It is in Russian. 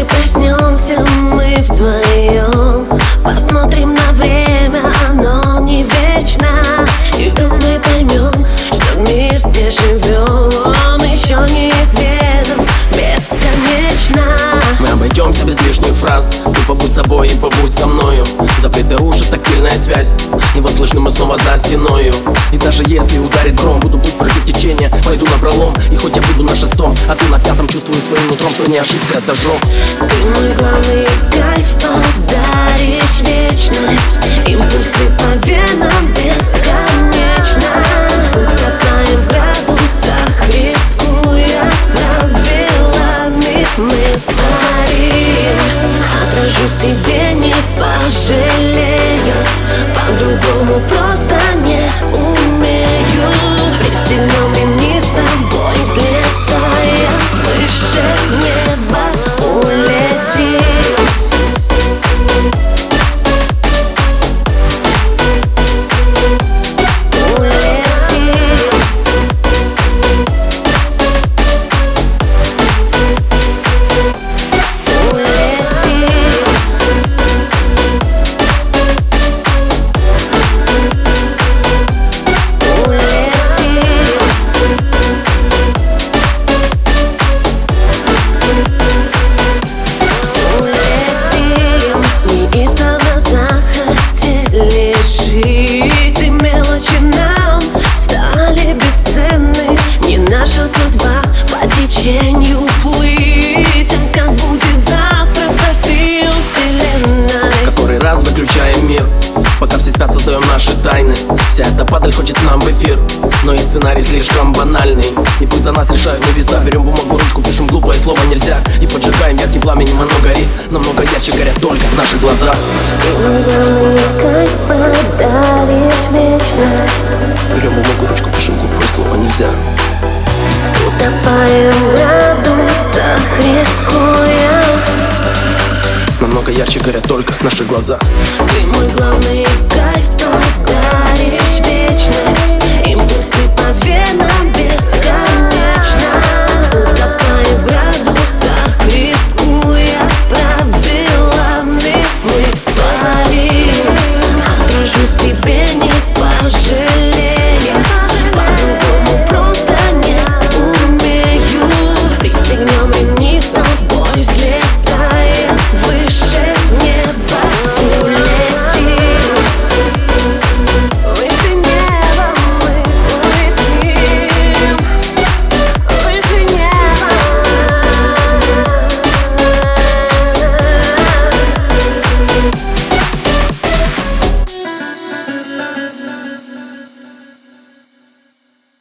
Проснемся мы вдвоем, посмотрим на время, оно не вечно. И вдруг мы поймем, что мир, где живем, он еще неизведан, бесконечно. Мы обойдемся без лишних фраз. Ты побудь собой и побудь со мною. Закрытые уши, тактильная связь. Его слышно мы снова за стеною. И даже если ударит гром, буду плыть против течения, пойду напролом. И хоть я буду на шестом, а ты на пятом, чувствую своим нутром, что не ошибся, это жёг. Ты мой главный кайф, подаришь вечность. Импульсы по венам бесконечно. Утопаем в градусах, рискуя правилами. Мы парим, отражусь тебе, не пожалею. По-другому просто не умею. Пристегнем ремни с тобой, взлетая выше неба, улетим. Жить, и мелочи нам стали бесценны. Не наша судьба по течению плыть. А как будет завтра, спроси у вселенной. Который раз выключаем мир, пока все спят, создаем наши тайны. Вся эта падаль хочет нам в эфир, но и сценарий слишком банальный. И пусть за нас решают небеса. Берем бумагу, ручку, пишем глупое слово нельзя. И поджигаем ярким пламенем, оно горит. Намного ярче горят только наши глаза. Подаришь вечность. Берем бумагу, ручку, пишем глупое слово нельзя. Утопаем в градусах, рискуя. Намного ярче горят только наши глаза. Ты мой главный кайф, подаришь вечность. Импульсы по венам бесконечно. Утопаем в градусах, рискуя правилами. Мы парим, отражусь тебе, не пожалея. По-другому просто не умею. Пристегнем ремни с тобой, взлетая выше неба, улетим. Выше неба мы улетим. Выше неба.